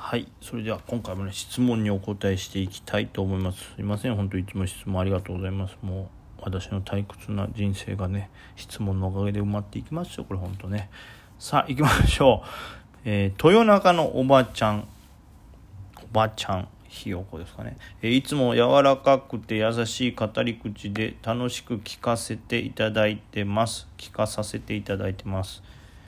はい、それでは今回もね質問にお答えしていきたいと思います。すいません、本当いつも質問ありがとうございます。もう私の退屈な人生がね質問のおかげで埋まっていきますよ、これ本当ね。さあ行きましょう。豊中のおばちゃんひよこですかね。いつも柔らかくて優しい語り口で楽しく聞かせていただいてます。聞かさせていただいてます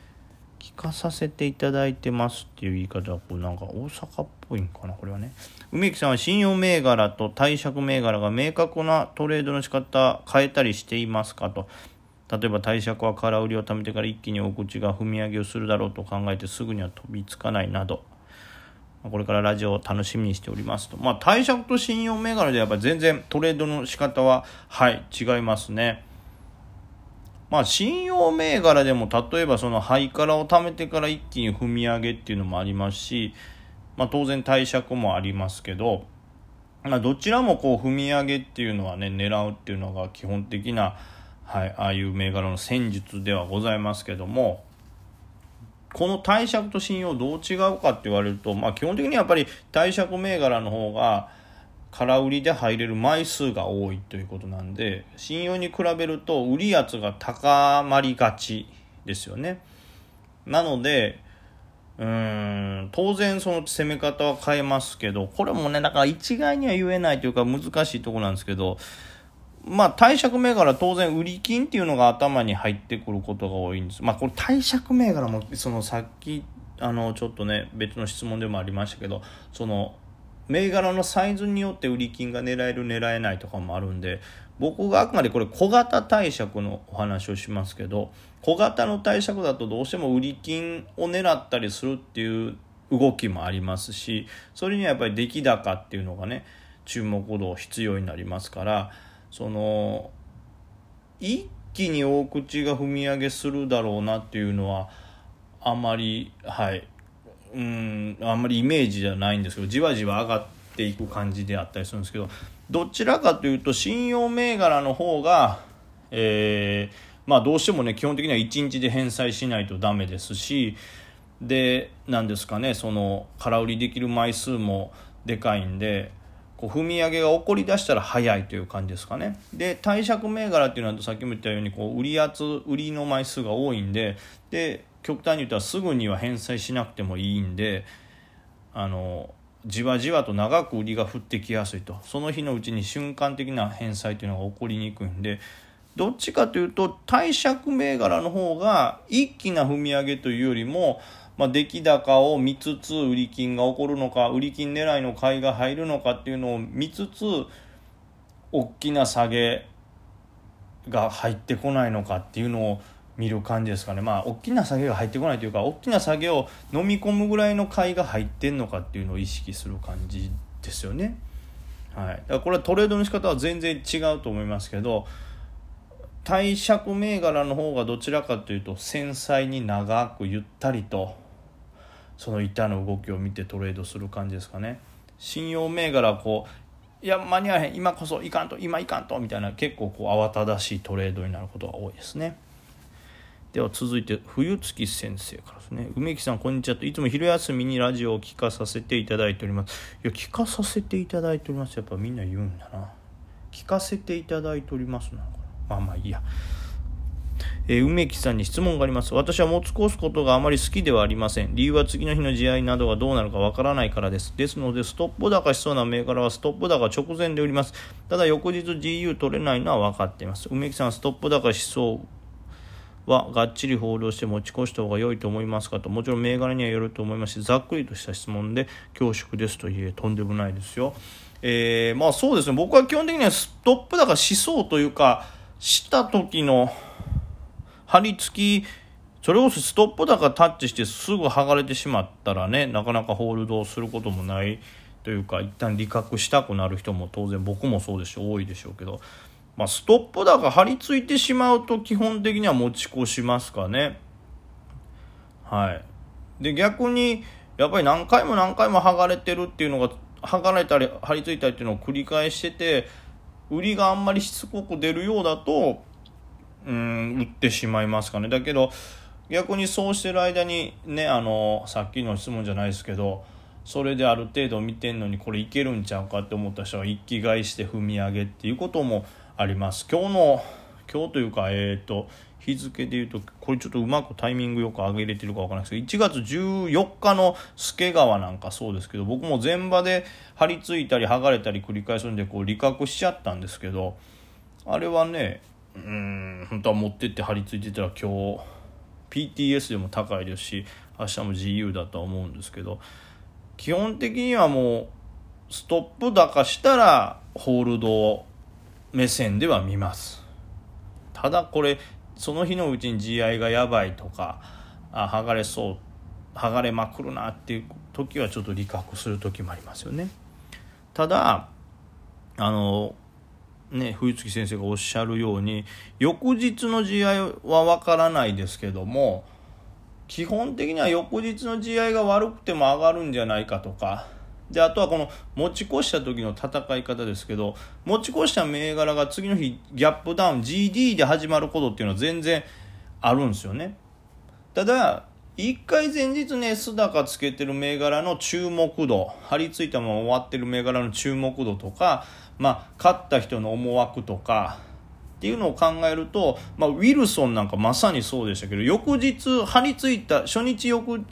っていう言い方はこうなんか大阪っぽいんかな、これはね。梅木さんは信用銘柄と貸借銘柄が明確なトレードの仕方変えたりしていますかと。例えば貸借は空売りを貯めてから一気に大口が踏み上げをするだろうと考えてすぐには飛びつかないなど、これからラジオを楽しみにしておりますと。貸借と信用銘柄でやっぱり全然トレードの仕方は違いますね。信用銘柄でも例えばそのハイカラを貯めてから一気に踏み上げっていうのもありますし、当然貸借もありますけど、どちらもこう踏み上げっていうのはね狙うっていうのが基本的な、ああいう銘柄の戦術ではございますけども、この貸借と信用どう違うかって言われると、基本的にやっぱり貸借銘柄の方が空売りで入れる枚数が多いということなんで、信用に比べると売り圧が高まりがちですよね。なので当然その攻め方は変えますけど、これもねだから一概には言えないというか難しいところなんですけど、貸借銘柄当然売り金っていうのが頭に入ってくることが多いんです。これ貸借銘柄もそのさっきちょっとね別の質問でもありましたけど、その銘柄のサイズによって売り金が狙える狙えないとかもあるんで、僕があくまでこれ小型貸借のお話をしますけど、小型の貸借だとどうしても売り金を狙ったりするっていう動きもありますし、それにはやっぱり出来高っていうのがね注目度必要になりますから、その一気に大口が踏み上げするだろうなっていうのはあまりあんまりイメージじゃないんですけど、じわじわ上がっていく感じであったりするんですけど、どちらかというと信用銘柄の方が、どうしてもね基本的には1日で返済しないとダメですし、でなんですかね、その空売りできる枚数もでかいんで、こう踏み上げが起こりだしたら早いという感じですかね。で貸借銘柄っていうのはさっきも言ったようにこう売りの枚数が多いんで、極端に言ったらすぐには返済しなくてもいいんで、じわじわと長く売りが降ってきやすいと、その日のうちに瞬間的な返済というのが起こりにくいんで、どっちかというと貸借銘柄の方が一気な踏み上げというよりも、出来高を見つつ売り金が起こるのか、売り金狙いの買いが入るのかっていうのを見つつ、大きな下げが入ってこないのかっていうのを見る感じですかね。大きな下げが入ってこないというか、大きな下げを飲み込むぐらいの買いが入ってんのかっていうのを意識する感じですよね。だからこれはトレードの仕方は全然違うと思いますけど、貸借銘柄の方がどちらかというと繊細に長くゆったりとその板の動きを見てトレードする感じですかね。信用銘柄はこう、いや間に合わへん、今こそいかんとみたいな、結構こう慌ただしいトレードになることが多いですね。では続いて冬月先生からですね。梅木さんこんにちはと、いつも昼休みにラジオを聞かさせていただいております。聞かさせていただいております、やっぱみんな言うんだな。聞かせていただいておりますなのかな。いいや。梅木さんに質問があります。私は持ち越すことがあまり好きではありません。理由は次の日の試合などがどうなるかわからないからです。ですのでストップ高しそうな銘柄はストップ高直前で売ります。ただ翌日 GU 取れないのは分かっています。梅木さんはストップ高しそうはがっちり報道して持ち越した方が良いと思いますかと。もちろん銘柄にはよると思いますし、ざっくりとした質問で恐縮ですと。とんでもないですよ。そうですね、僕は基本的にはストップ高しそうというか、した時の張り付き、それこそストップ高タッチしてすぐ剥がれてしまったらね、なかなかホールドすることもないというか、一旦利確したくなる人も当然僕もそうですし多いでしょうけど、ストップ高張り付いてしまうと基本的には持ち越しますかね。で逆にやっぱり何回も剥がれてるっていうのが、剥がれたり張り付いたりっていうのを繰り返してて、売りがあんまりしつこく出るようだと売ってしまいますかね。だけど逆にそうしてる間にね、さっきの質問じゃないですけど、 それである程度見てんのにこれいけるんちゃうかって思った人は一気買いして踏み上げっていうこともあります。今日というか日付でいうとこれちょっとうまくタイミングよく上げれてるかわからないですけど、1月14日の助川なんかそうですけど、僕も前場で張り付いたり剥がれたり繰り返すんで利確しちゃったんですけど、あれはね本当は持ってって張り付いてたら今日 PTS でも高いですし明日も GU だとは思うんですけど、基本的にはもうストップ高したらホールド目線では見ます。ただこれその日のうちに GI がやばいとか剥がれまくるなっていう時はちょっと利確する時もありますよね。ただ冬月先生がおっしゃるように翌日の GI は分からないですけども、基本的には翌日の GI が悪くても上がるんじゃないかとかで、あとはこの持ち越した時の戦い方ですけど、持ち越した銘柄が次の日ギャップダウン GD で始まることっていうのは全然あるんですよね。ただ一回前日ね素高つけてる銘柄の注目度、張り付いたまま終わってる銘柄の注目度とか、勝った人の思惑とかっていうのを考えると、ウィルソンなんかまさにそうでしたけど、初日張り付いた翌日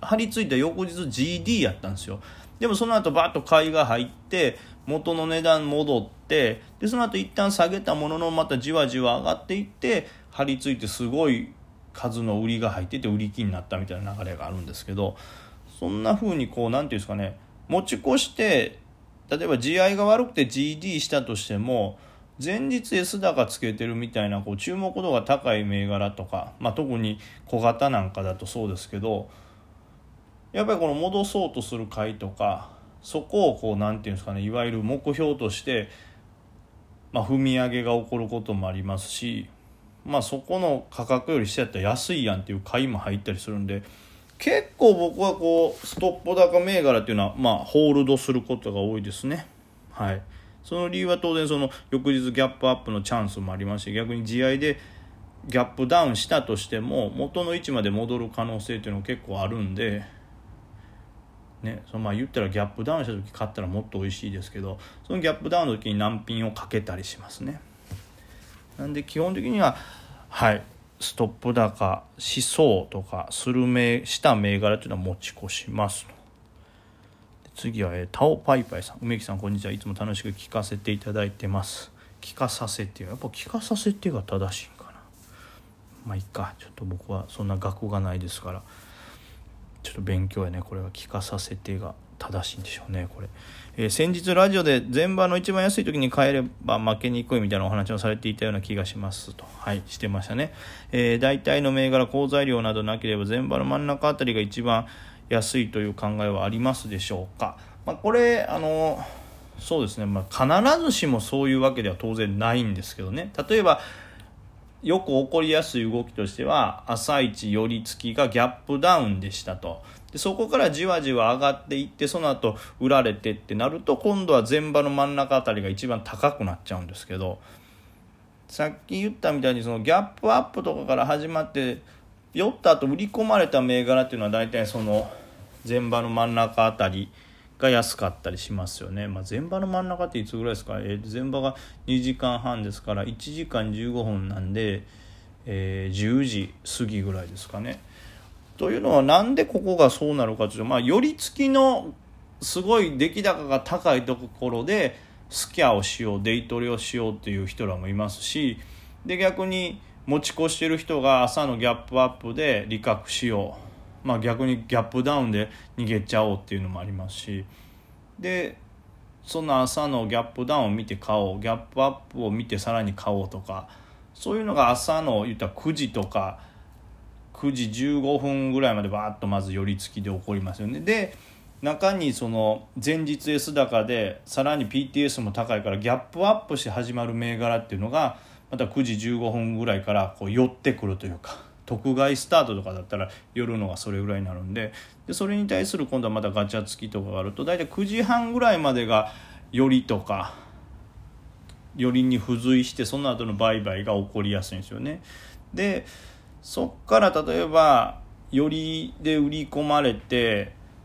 GD やったんですよ。でもその後バッと買いが入って元の値段戻って、でその後一旦下げたもののまたじわじわ上がっていって張り付いてすごい数の売りが入ってて売り気になったみたいな流れがあるんですけど、そんな風になんていうんですかね、持ち越して例えば GI が悪くて GD したとしても前日 S 高つけてるみたいな注目度が高い銘柄とか、特に小型なんかだとそうですけど、やっぱりこの戻そうとする買いとかそこをなんていうんですかね、いわゆる目標として、踏み上げが起こることもありますし、そこの価格より下やったら安いやんっていう買いも入ったりするんで、結構僕はストップ高銘柄っていうのはホールドすることが多いですね。はい。その理由は当然その翌日ギャップアップのチャンスもありますし、逆に地合いでギャップダウンしたとしても元の位置まで戻る可能性っていうのも結構あるんで、言ったらギャップダウンした時買ったらもっと美味しいですけど、そのギャップダウンの時に難品をかけたりしますね。なんで基本的にはストップ高しそうとかした銘柄というのは持ち越しますと。次はタオパイパイさん、梅木さんこんにちは、いつも楽しく聞かせていただいてます。聞かさせてやっぱ聞かさせてが正しいんかな。いっか、ちょっと僕はそんな学がないですからちょっと勉強やね。これは聞かさせてが正しいんでしょうねこれ。先日ラジオで前場の一番安い時に買えれば負けにくいみたいなお話をされていたような気がしますと。してましたね。大体の銘柄好材料などなければ前場の真ん中あたりが一番安いという考えはありますでしょうか。これそうですね、必ずしもそういうわけでは当然ないんですけどね。例えばよく起こりやすい動きとしては朝一寄り付きがギャップダウンでしたと。でそこからじわじわ上がっていってその後売られてってなると今度は前場の真ん中あたりが一番高くなっちゃうんですけど、さっき言ったみたいにそのギャップアップとかから始まって寄った後売り込まれた銘柄っていうのは大体その前場の真ん中あたりが安かったりしますよね。前場の真ん中っていつぐらいですか。前場が2時間半ですから1時間15分なんで、10時過ぎぐらいですかね。というのはなんでここがそうなるかというと、寄り付きのすごい出来高が高いところでスキャをしよう、デイトレをしようっていう人らもいますし、で逆に持ち越してる人が朝のギャップアップで利確しよう、逆にギャップダウンで逃げちゃおうっていうのもありますし、でその朝のギャップダウンを見て買おう、ギャップアップを見てさらに買おうとか、そういうのが朝の言ったら9時とか9時15分ぐらいまでバーッとまず寄り付きで起こりますよね。で中にその前日 S 高でさらに PTS も高いからギャップアップして始まる銘柄っていうのがまた9時15分ぐらいから寄ってくるというか、特買いスタートとかだったら寄るのがそれぐらいになるんで、それに対する今度はまたガチャ付きとかがあると大体9時半ぐらいまでが寄りとか寄りに付随してその後の売買が起こりやすいんですよね。でそっから例えば寄りで売り込まれて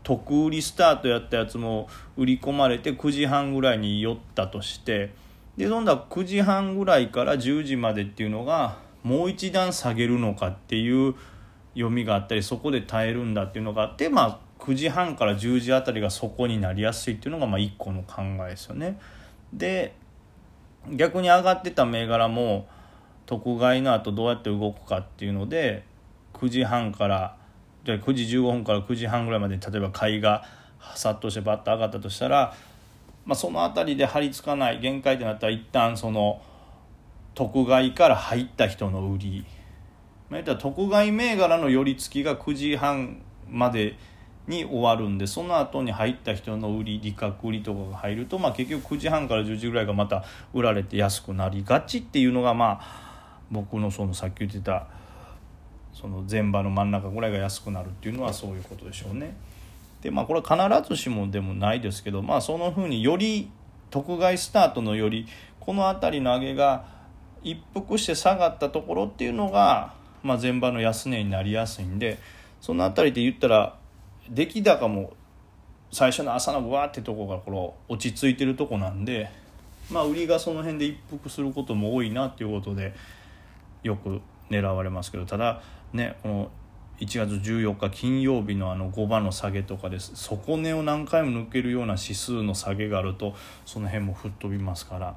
特売りスタートやったやつも売り込まれて9時半ぐらいに寄ったとして、で今度は9時半ぐらいから10時までっていうのがもう一段下げるのかっていう読みがあったり、そこで耐えるんだっていうのがあって、9時半から10時あたりがそこになりやすいっていうのが一個の考えですよね。で逆に上がってた銘柄も特買いの後どうやって動くかっていうので、9時半から9時15分から9時半ぐらいまで例えば買いが殺到してバッと上がったとしたら、そのあたりで張り付かない限界となったら一旦その特買いから入った人の売り、言ったら特買い銘柄の寄り付きが9時半までに終わるんで、その後に入った人の売り利確売りとかが入ると、結局9時半から10時ぐらいがまた売られて安くなりがちっていうのが僕のそのさっき言ってたその前場の真ん中ぐらいが安くなるっていうのはそういうことでしょうね。でこれは必ずしもでもないですけど、その風により特買いスタートのよりこの辺りの上げが一服して下がったところっていうのが、前場の安値になりやすいんで、その辺りで言ったら出来高も最初の朝のわーってとこが落ち着いてるとこなんで、売りがその辺で一服することも多いなっていうことでよく狙われますけど、ただね、この1月14日金曜日の5番の下げとかです、底値を何回も抜けるような指数の下げがあるとその辺も吹っ飛びますから、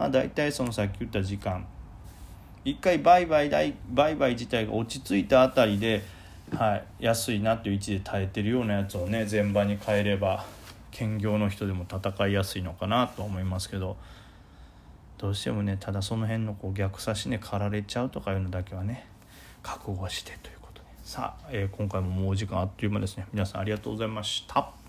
だいたいそのさっき言った時間一回売買自体が落ち着いたあたりで、安いなという位置で耐えてるようなやつをね前場に変えれば兼業の人でも戦いやすいのかなと思いますけど、どうしてもねただその辺の逆差しね駆られちゃうとかいうのだけはね覚悟してということで、今回ももうお時間あっという間ですね。皆さんありがとうございました。